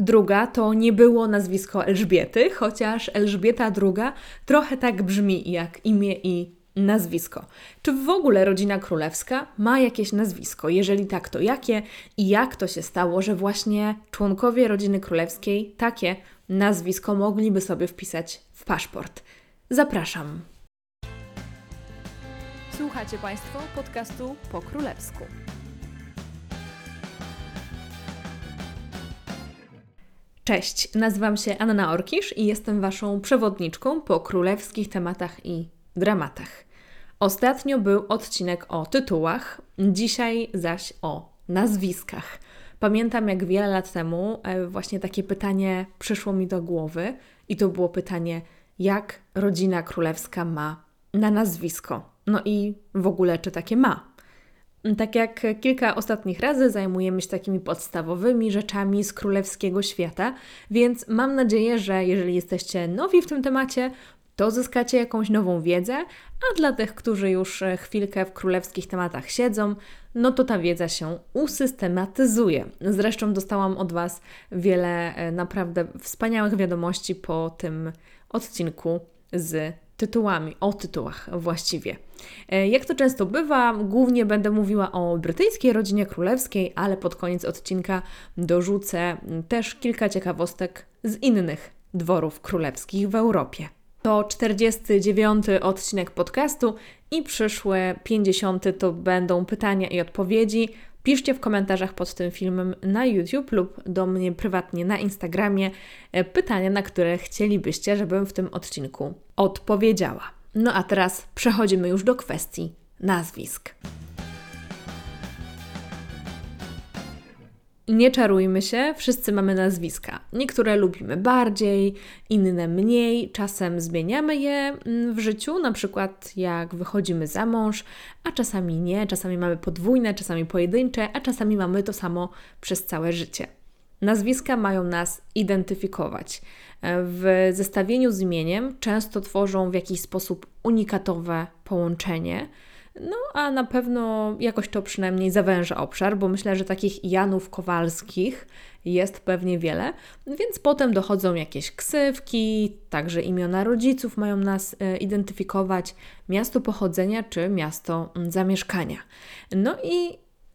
Druga to nie było nazwisko Elżbiety, chociaż Elżbieta II trochę tak brzmi jak imię i nazwisko. Czy w ogóle rodzina królewska ma jakieś nazwisko? Jeżeli tak, to jakie? I jak to się stało, że właśnie członkowie rodziny królewskiej takie nazwisko mogliby sobie wpisać w paszport? Zapraszam. Słuchacie Państwo podcastu po królewsku. Cześć, nazywam się Anna Orkisz i jestem Waszą przewodniczką po królewskich tematach i dramatach. Ostatnio był odcinek o tytułach, dzisiaj zaś o nazwiskach. Pamiętam, jak wiele lat temu właśnie takie pytanie przyszło mi do głowy i to było pytanie, jak rodzina królewska ma na nazwisko? No i w ogóle, czy takie ma? Tak jak kilka ostatnich razy zajmujemy się takimi podstawowymi rzeczami z królewskiego świata, więc mam nadzieję, że jeżeli jesteście nowi w tym temacie, to zyskacie jakąś nową wiedzę, a dla tych, którzy już chwilkę w królewskich tematach siedzą, no to ta wiedza się usystematyzuje. Zresztą dostałam od Was wiele naprawdę wspaniałych wiadomości po tym odcinku z tytułami, o tytułach właściwie. Jak to często bywa, głównie będę mówiła o brytyjskiej rodzinie królewskiej, ale pod koniec odcinka dorzucę też kilka ciekawostek z innych dworów królewskich w Europie. To 49. odcinek podcastu i przyszłe 50. to będą pytania i odpowiedzi. Piszcie w komentarzach pod tym filmem na YouTube lub do mnie prywatnie na Instagramie pytania, na które chcielibyście, żebym w tym odcinku odpowiedziała. No a teraz przechodzimy już do kwestii nazwisk. Nie czarujmy się, wszyscy mamy nazwiska. Niektóre lubimy bardziej, inne mniej, czasem zmieniamy je w życiu, na przykład jak wychodzimy za mąż, a czasami nie, czasami mamy podwójne, czasami pojedyncze, a czasami mamy to samo przez całe życie. Nazwiska mają nas identyfikować. W zestawieniu z imieniem często tworzą w jakiś sposób unikatowe połączenie, no a na pewno jakoś to przynajmniej zawęża obszar, bo myślę, że takich Janów Kowalskich jest pewnie wiele, więc potem dochodzą jakieś ksywki, także imiona rodziców mają nas identyfikować, miasto pochodzenia czy miasto zamieszkania. No i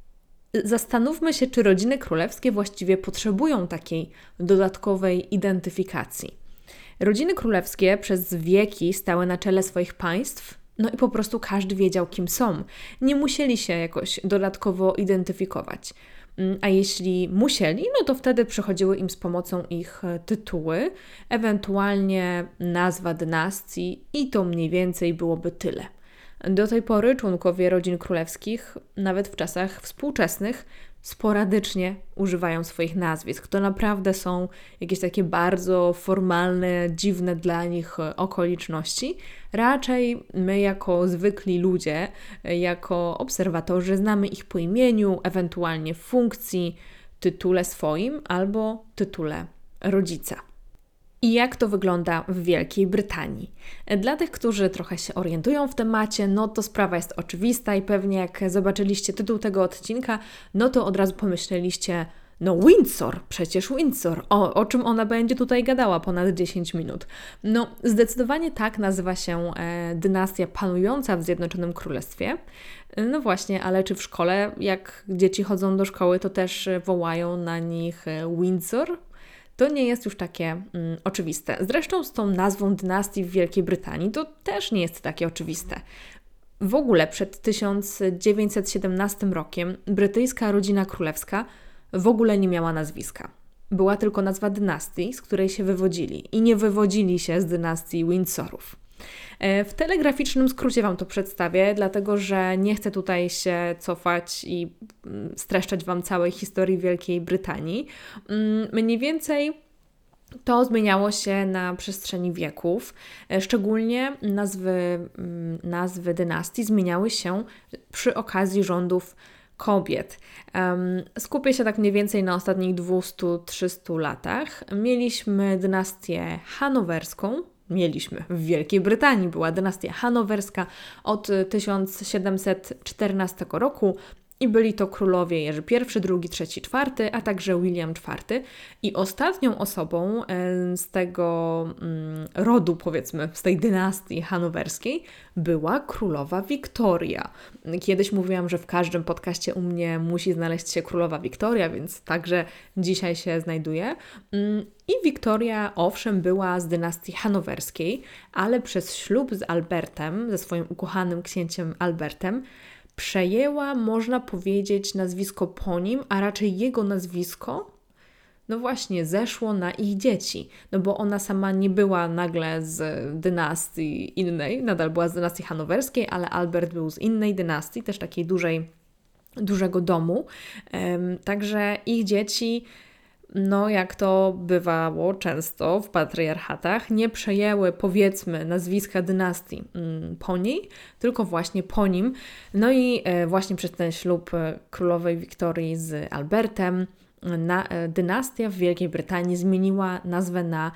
zastanówmy się, czy rodziny królewskie właściwie potrzebują takiej dodatkowej identyfikacji. Rodziny królewskie przez wieki stały na czele swoich państw, no i po prostu każdy wiedział, kim są. Nie musieli się jakoś dodatkowo identyfikować. A jeśli musieli, no to wtedy przychodziły im z pomocą ich tytuły, ewentualnie nazwa dynastii i to mniej więcej byłoby tyle. Do tej pory członkowie rodzin królewskich, nawet w czasach współczesnych, sporadycznie używają swoich nazwisk. To naprawdę są jakieś takie bardzo formalne, dziwne dla nich okoliczności. Raczej my jako zwykli ludzie, jako obserwatorzy znamy ich po imieniu, ewentualnie funkcji, tytule swoim albo tytule rodzica. I jak to wygląda w Wielkiej Brytanii? Dla tych, którzy trochę się orientują w temacie, no to sprawa jest oczywista i pewnie jak zobaczyliście tytuł tego odcinka, no to od razu pomyśleliście, no Windsor, przecież Windsor, o czym ona będzie tutaj gadała ponad 10 minut. No zdecydowanie tak nazywa się dynastia panująca w Zjednoczonym Królestwie. No właśnie, ale czy w szkole, jak dzieci chodzą do szkoły, to też wołają na nich Windsor? To nie jest już takie oczywiste. Zresztą z tą nazwą dynastii w Wielkiej Brytanii to też nie jest takie oczywiste. W ogóle przed 1917 rokiem brytyjska rodzina królewska w ogóle nie miała nazwiska. Była tylko nazwa dynastii, z której się wywodzili i nie wywodzili się z dynastii Windsorów. W telegraficznym skrócie Wam to przedstawię, dlatego że nie chcę tutaj się cofać i streszczać Wam całej historii Wielkiej Brytanii. Mniej więcej to zmieniało się na przestrzeni wieków. Szczególnie nazwy dynastii zmieniały się przy okazji rządów kobiet. Skupię się tak mniej więcej na ostatnich 200-300 latach. Mieliśmy dynastię hanowerską, w Wielkiej Brytanii była dynastia hanowerska od 1714 roku I byli to królowie Jerzy I, II, III, IV, a także William IV. I ostatnią osobą z tego rodu, powiedzmy, z tej dynastii hanowerskiej była królowa Wiktoria. Kiedyś mówiłam, że w każdym podcaście u mnie musi znaleźć się królowa Wiktoria, więc także dzisiaj się znajduje. I Wiktoria, owszem, była z dynastii hanowerskiej, ale przez ślub z Albertem, ze swoim ukochanym księciem Albertem, przejęła, można powiedzieć, nazwisko po nim, a raczej jego nazwisko, no właśnie, zeszło na ich dzieci. No bo ona sama nie była nagle z dynastii innej, nadal była z dynastii hanowerskiej, ale Albert był z innej dynastii, też takiej dużego domu. Także ich dzieci, no jak to bywało często w patriarchatach, nie przejęły, powiedzmy, nazwiska dynastii po niej, tylko właśnie po nim. No i właśnie przez ten ślub królowej Wiktorii z Albertem dynastia w Wielkiej Brytanii zmieniła nazwę na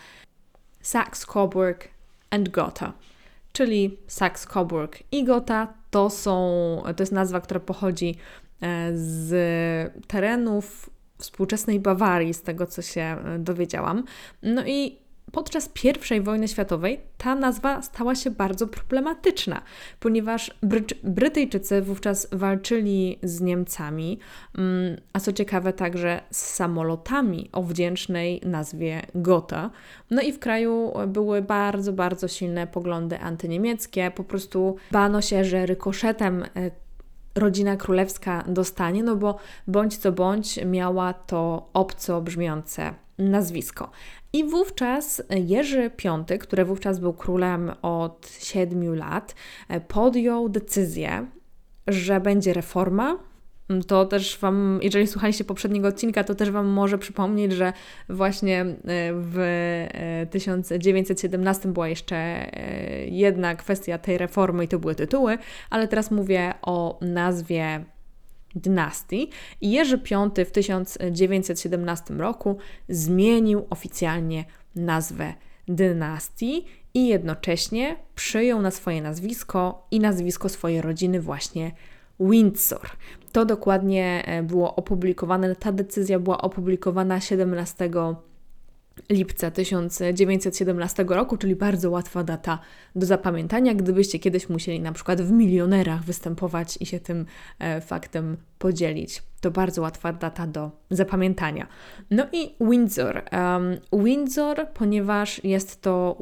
Saxe-Coburg and Gotha. Czyli Saxe-Coburg i Gotha to jest nazwa, która pochodzi z terenów współczesnej Bawarii, z tego co się dowiedziałam. No i podczas I wojny światowej ta nazwa stała się bardzo problematyczna, ponieważ Brytyjczycy wówczas walczyli z Niemcami, a co ciekawe także z samolotami o wdzięcznej nazwie Gotha. No i w kraju były bardzo, bardzo silne poglądy antyniemieckie. Po prostu bano się, że rykoszetem rodzina królewska dostanie, no bo bądź co bądź miała to obco brzmiące nazwisko. I wówczas Jerzy V, który wówczas był królem od 7 lat, podjął decyzję, że będzie reforma. To też Wam, jeżeli słuchaliście poprzedniego odcinka, to też Wam może przypomnieć, że właśnie w 1917 była jeszcze jedna kwestia tej reformy i to były tytuły, ale teraz mówię o nazwie dynastii. I Jerzy V w 1917 roku zmienił oficjalnie nazwę dynastii i jednocześnie przyjął na swoje nazwisko i nazwisko swojej rodziny właśnie Windsor. To dokładnie było opublikowane, ta decyzja była opublikowana 17 lipca 1917 roku, czyli bardzo łatwa data do zapamiętania, gdybyście kiedyś musieli na przykład w Milionerach występować i się tym faktem podzielić. To bardzo łatwa data do zapamiętania. No i Windsor. Windsor, ponieważ jest to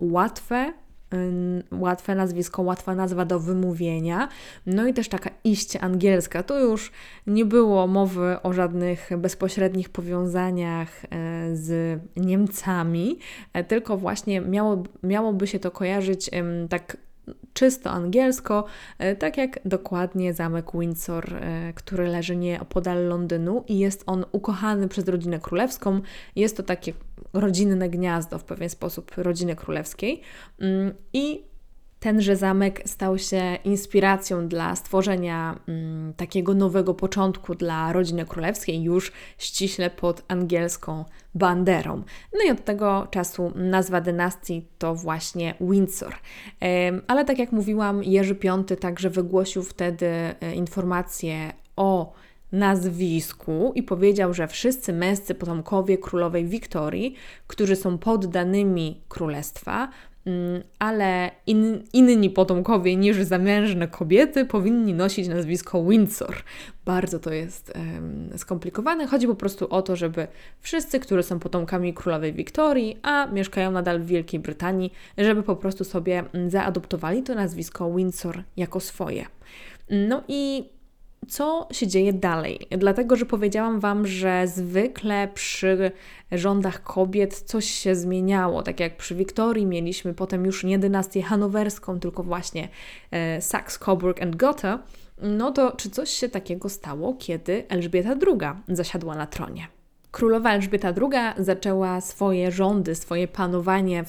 łatwe nazwisko, łatwa nazwa do wymówienia, no i też taka iście angielska. Tu już nie było mowy o żadnych bezpośrednich powiązaniach z Niemcami, tylko właśnie miałoby się to kojarzyć tak czysto angielsko, tak jak dokładnie zamek Windsor, który leży nieopodal Londynu i jest on ukochany przez rodzinę królewską. Jest to takie rodzinne gniazdo w pewien sposób rodziny królewskiej i tenże zamek stał się inspiracją dla stworzenia takiego nowego początku dla rodziny królewskiej, już ściśle pod angielską banderą. No i od tego czasu nazwa dynastii to właśnie Windsor. Ale tak jak mówiłam, Jerzy V także wygłosił wtedy informację o nazwisku i powiedział, że wszyscy męscy potomkowie królowej Wiktorii, którzy są poddanymi królestwa, ale inni potomkowie niż zamężne kobiety powinni nosić nazwisko Windsor. Bardzo to jest skomplikowane. Chodzi po prostu o to, żeby wszyscy, którzy są potomkami królowej Wiktorii, a mieszkają nadal w Wielkiej Brytanii, żeby po prostu sobie zaadoptowali to nazwisko Windsor jako swoje. No i co się dzieje dalej? Dlatego, że powiedziałam Wam, że zwykle przy rządach kobiet coś się zmieniało. Tak jak przy Wiktorii mieliśmy potem już nie dynastię hanowerską, tylko właśnie Saxe-Coburg and Gotha. No to czy coś się takiego stało, kiedy Elżbieta II zasiadła na tronie? Królowa Elżbieta II zaczęła swoje rządy, swoje panowanie w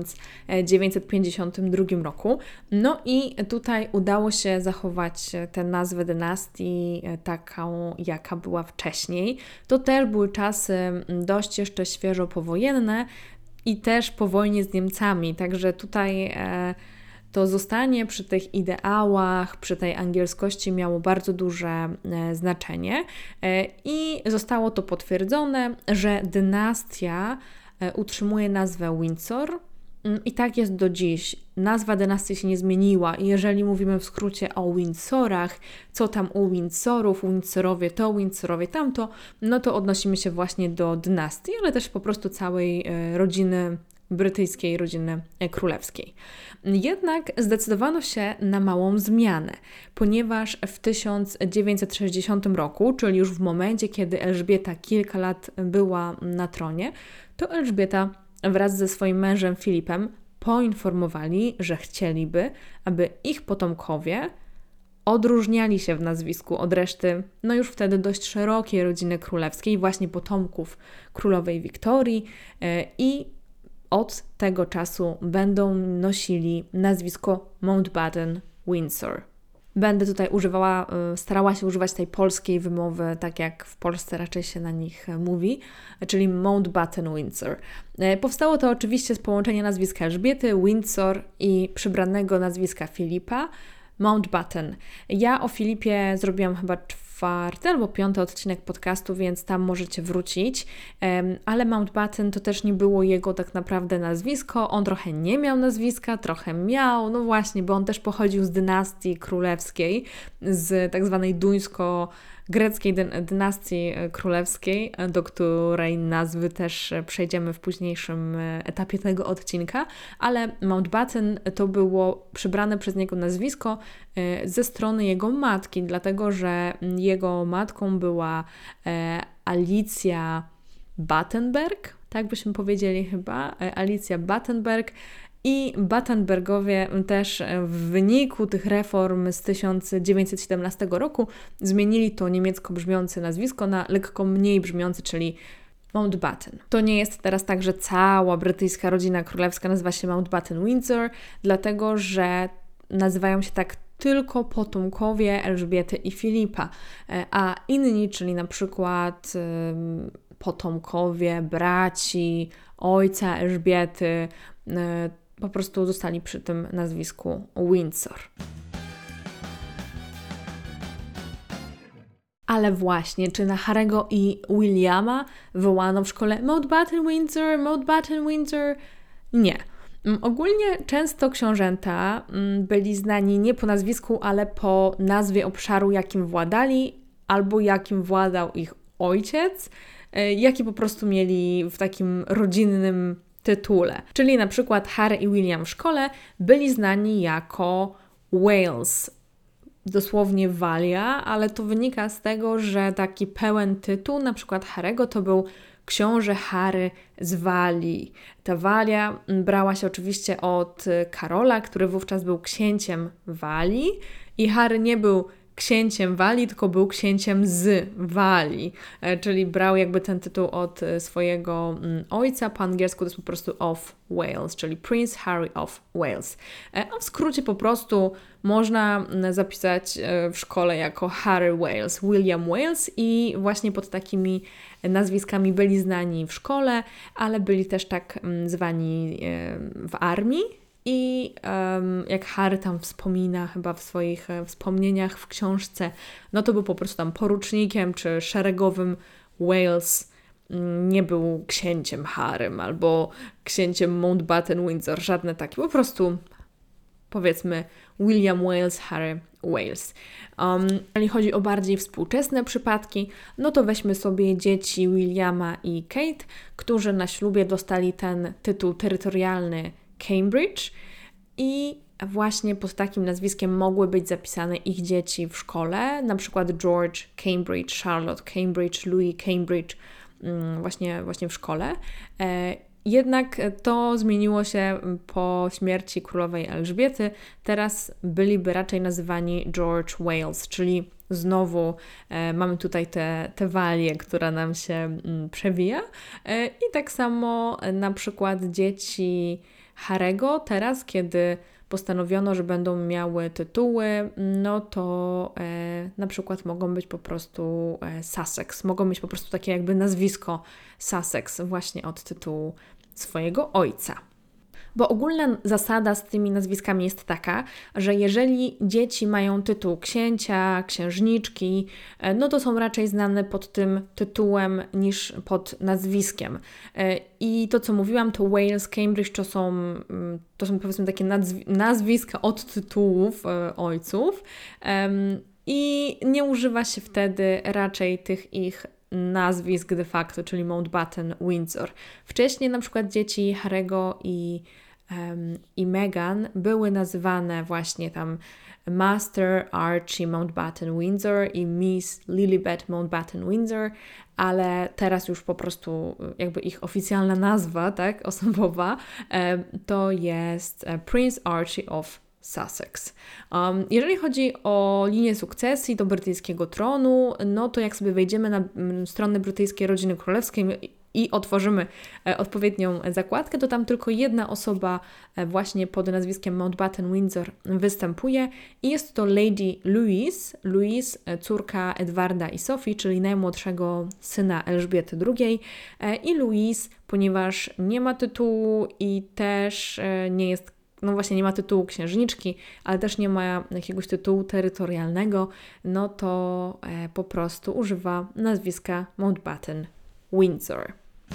1952 roku. No i tutaj udało się zachować tę nazwę dynastii taką, jaka była wcześniej. To też były czasy dość jeszcze świeżo powojenne i też po wojnie z Niemcami. Także tutaj to zostanie przy tych ideałach, przy tej angielskości miało bardzo duże znaczenie i zostało to potwierdzone, że dynastia utrzymuje nazwę Windsor. I tak jest do dziś. Nazwa dynastii się nie zmieniła i jeżeli mówimy w skrócie o Windsorach, co tam u Windsorów, Windsorowie to, Windsorowie tamto, no to odnosimy się właśnie do dynastii, ale też po prostu całej rodziny brytyjskiej, rodziny królewskiej. Jednak zdecydowano się na małą zmianę, ponieważ w 1960 roku, czyli już w momencie, kiedy Elżbieta kilka lat była na tronie, to Elżbieta wraz ze swoim mężem Filipem poinformowali, że chcieliby, aby ich potomkowie odróżniali się w nazwisku od reszty, no już wtedy dość szerokiej rodziny królewskiej, właśnie potomków królowej Wiktorii i od tego czasu będą nosili nazwisko Mountbatten-Windsor. Będę tutaj starała się używać tej polskiej wymowy, tak jak w Polsce raczej się na nich mówi, czyli Mountbatten-Windsor. Powstało to oczywiście z połączenia nazwiska Elżbiety, Windsor i przybranego nazwiska Filipa, Mountbatten. Ja o Filipie zrobiłam chyba 4. albo 5. odcinek podcastu, więc tam możecie wrócić, ale Mountbatten to też nie było jego tak naprawdę nazwisko, on trochę nie miał nazwiska, trochę miał, no właśnie, bo on też pochodził z dynastii królewskiej, z tak zwanej duńsko-greckiej dynastii królewskiej, do której nazwy też przejdziemy w późniejszym etapie tego odcinka, ale Mountbatten to było przybrane przez niego nazwisko ze strony jego matki, dlatego że jego matką była Alicja Battenberg, tak byśmy powiedzieli chyba, Alicja Battenberg. I Battenbergowie też w wyniku tych reform z 1917 roku zmienili to niemiecko brzmiące nazwisko na lekko mniej brzmiące, czyli Mountbatten. To nie jest teraz tak, że cała brytyjska rodzina królewska nazywa się Mountbatten-Windsor, dlatego że nazywają się tak tylko potomkowie Elżbiety i Filipa, a inni, czyli na przykład potomkowie braci, ojca Elżbiety, po prostu zostali przy tym nazwisku Windsor. Ale właśnie, czy na Harry'ego i Williama wołano w szkole Mountbatten-Windsor, Mountbatten-Windsor? Nie. Ogólnie często książęta byli znani nie po nazwisku, ale po nazwie obszaru, jakim władali, albo jakim władał ich ojciec, jaki po prostu mieli w takim rodzinnym tytule. Czyli na przykład Harry i William w szkole byli znani jako Wales, dosłownie Walia, ale to wynika z tego, że taki pełen tytuł, na przykład Harry'ego, to był książę Harry z Walii. Ta Walia brała się oczywiście od Karola, który wówczas był księciem Walii i Harry nie był księciem Walii, tylko był księciem z Walii, czyli brał jakby ten tytuł od swojego ojca. Po angielsku to jest po prostu of Wales, czyli Prince Harry of Wales. A w skrócie po prostu można zapisać w szkole jako Harry Wales, William Wales i właśnie pod takimi nazwiskami byli znani w szkole, ale byli też tak zwani w armii. I jak Harry tam wspomina chyba w swoich wspomnieniach w książce, no to był po prostu tam porucznikiem czy szeregowym Wales, nie był księciem Harrym albo księciem Mountbatten-Windsor, żadne takie, po prostu powiedzmy William Wales, Harry Wales. Jeżeli chodzi o bardziej współczesne przypadki, no to weźmy sobie dzieci Williama i Kate, którzy na ślubie dostali ten tytuł terytorialny Cambridge i właśnie pod takim nazwiskiem mogły być zapisane ich dzieci w szkole, na przykład George Cambridge, Charlotte Cambridge, Louis Cambridge właśnie w szkole. Jednak to zmieniło się po śmierci królowej Elżbiety. Teraz byliby raczej nazywani George Wales, czyli znowu mamy tutaj tę walię, która nam się przewija. I tak samo na przykład dzieci Harry'ego teraz, kiedy postanowiono, że będą miały tytuły, no to na przykład mogą być po prostu Sussex. Mogą mieć po prostu takie jakby nazwisko Sussex właśnie od tytułu swojego ojca. Bo ogólna zasada z tymi nazwiskami jest taka, że jeżeli dzieci mają tytuł księcia, księżniczki, no to są raczej znane pod tym tytułem niż pod nazwiskiem. I to, co mówiłam, to Wales, Cambridge to są powiedzmy takie nazwiska od tytułów ojców. I nie używa się wtedy raczej tych ich nazwisk de facto, czyli Mountbatten, Windsor. Wcześniej na przykład dzieci Harry'ego i Meghan były nazywane właśnie tam Master Archie Mountbatten Windsor i Miss Lilibet Mountbatten Windsor, ale teraz już po prostu jakby ich oficjalna nazwa, tak, osobowa, to jest Prince Archie of Sussex. Jeżeli chodzi o linię sukcesji do brytyjskiego tronu, no to jak sobie wejdziemy na stronę brytyjskiej rodziny królewskiej i otworzymy odpowiednią zakładkę, to tam tylko jedna osoba właśnie pod nazwiskiem Mountbatten-Windsor występuje i jest to Lady Louise, córka Edwarda i Sophie, czyli najmłodszego syna Elżbiety II. I Louise, ponieważ nie ma tytułu i też nie jest, no właśnie nie ma tytułu księżniczki, ale też nie ma jakiegoś tytułu terytorialnego, no to po prostu używa nazwiska Mountbatten-Windsor.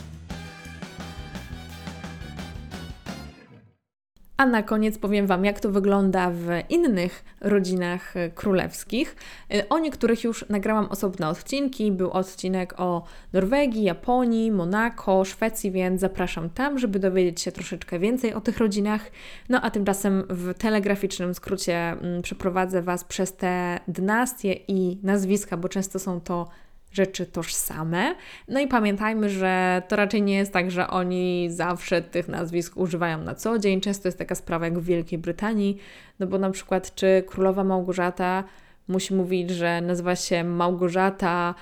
A na koniec powiem Wam, jak to wygląda w innych rodzinach królewskich. O niektórych już nagrałam osobne odcinki. Był odcinek o Norwegii, Japonii, Monako, Szwecji, więc zapraszam tam, żeby dowiedzieć się troszeczkę więcej o tych rodzinach. No a tymczasem w telegraficznym skrócie przeprowadzę Was przez te dynastie i nazwiska, bo często są to rzeczy tożsame. No i pamiętajmy, że to raczej nie jest tak, że oni zawsze tych nazwisk używają na co dzień. Często jest taka sprawa jak w Wielkiej Brytanii, no bo na przykład czy królowa Małgorzata musi mówić, że nazywa się Małgorzata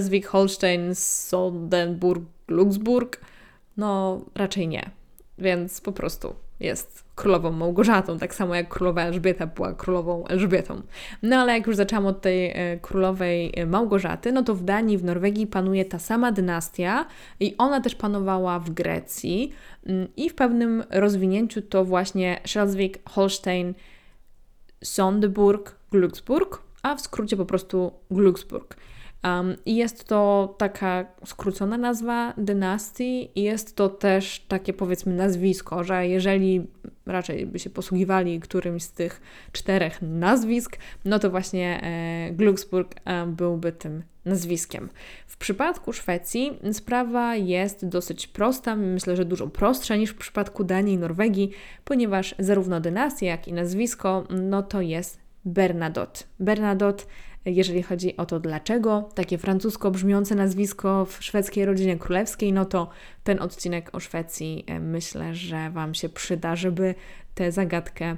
Schleswig-Holstein-Sonderburg-Luxemburg? No raczej nie. Więc po prostu jest królową Małgorzatą, tak samo jak królowa Elżbieta była królową Elżbietą. No ale jak już zaczęłam od tej królowej Małgorzaty, no to w Danii, w Norwegii panuje ta sama dynastia i ona też panowała w Grecji i w pewnym rozwinięciu to właśnie Schleswig-Holstein, Sonderburg, Glücksburg, a w skrócie po prostu Glücksburg. I jest to taka skrócona nazwa dynastii i jest to też takie powiedzmy nazwisko, że jeżeli raczej by się posługiwali którymś z tych 4 nazwisk, no to właśnie Glücksburg byłby tym nazwiskiem. W przypadku Szwecji sprawa jest dosyć prosta, myślę, że dużo prostsza niż w przypadku Danii i Norwegii, ponieważ zarówno dynastia, jak i nazwisko, no to jest Bernadotte. Bernadotte, jeżeli chodzi o to dlaczego, takie francusko brzmiące nazwisko w szwedzkiej rodzinie królewskiej, no to ten odcinek o Szwecji myślę, że Wam się przyda, żeby tę zagadkę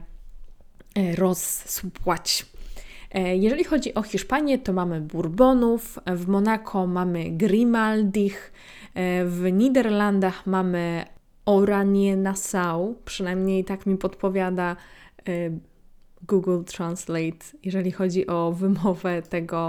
rozsupłać. Jeżeli chodzi o Hiszpanię, to mamy Bourbonów, w Monako mamy Grimaldich, w Niderlandach mamy Oranje-Nassau, przynajmniej tak mi podpowiada Google Translate, jeżeli chodzi o wymowę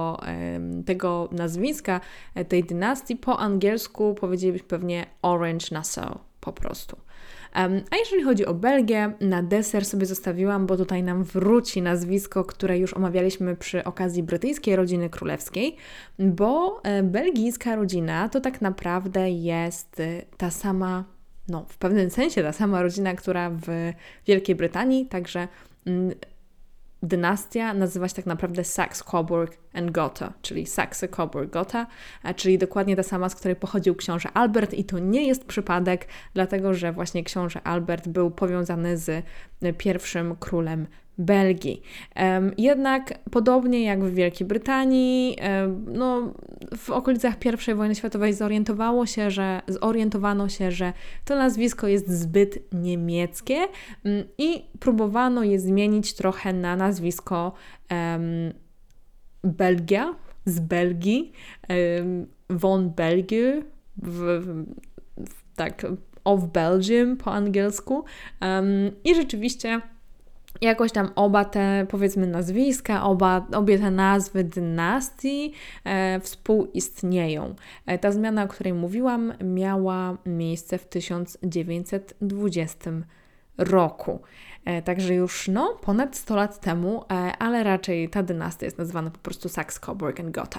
tego nazwiska, tej dynastii. Po angielsku powiedzielibyśmy pewnie Orange Nassau, po prostu. A jeżeli chodzi o Belgię, na deser sobie zostawiłam, bo tutaj nam wróci nazwisko, które już omawialiśmy przy okazji brytyjskiej rodziny królewskiej, bo belgijska rodzina to tak naprawdę jest ta sama, no w pewnym sensie ta sama rodzina, która w Wielkiej Brytanii, także dynastia nazywa się tak naprawdę Saxe-Coburg-Gotha, czyli Saxe-Coburg-Gotha, czyli dokładnie ta sama, z której pochodził książę Albert i to nie jest przypadek, dlatego że właśnie książę Albert był powiązany z pierwszym królem Belgii. Jednak podobnie jak w Wielkiej Brytanii, no, w okolicach I wojny światowej zorientowano się, że to nazwisko jest zbyt niemieckie i próbowano je zmienić trochę na nazwisko Belgia, z Belgii, von België, tak, of Belgium po angielsku. I rzeczywiście jakoś tam oba te, powiedzmy, nazwiska, obie te nazwy dynastii współistnieją. Ta zmiana, o której mówiłam, miała miejsce w 1920 roku. Także już ponad 100 lat temu, ale raczej ta dynastia jest nazywana po prostu Saxe-Coburg-Gotha.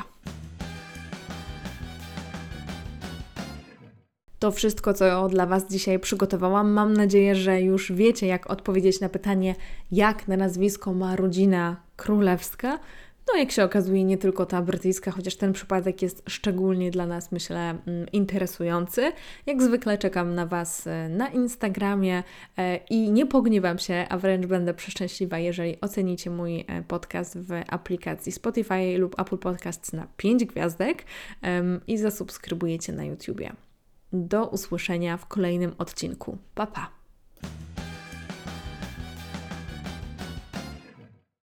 To wszystko, co dla Was dzisiaj przygotowałam. Mam nadzieję, że już wiecie, jak odpowiedzieć na pytanie, jak na nazwisko ma rodzina królewska. Jak się okazuje, nie tylko ta brytyjska, chociaż ten przypadek jest szczególnie dla nas, myślę, interesujący. Jak zwykle czekam na Was na Instagramie i nie pogniewam się, a wręcz będę przeszczęśliwa, jeżeli ocenicie mój podcast w aplikacji Spotify lub Apple Podcasts na 5 gwiazdek i zasubskrybujecie na YouTubie. Do usłyszenia w kolejnym odcinku. Pa, pa!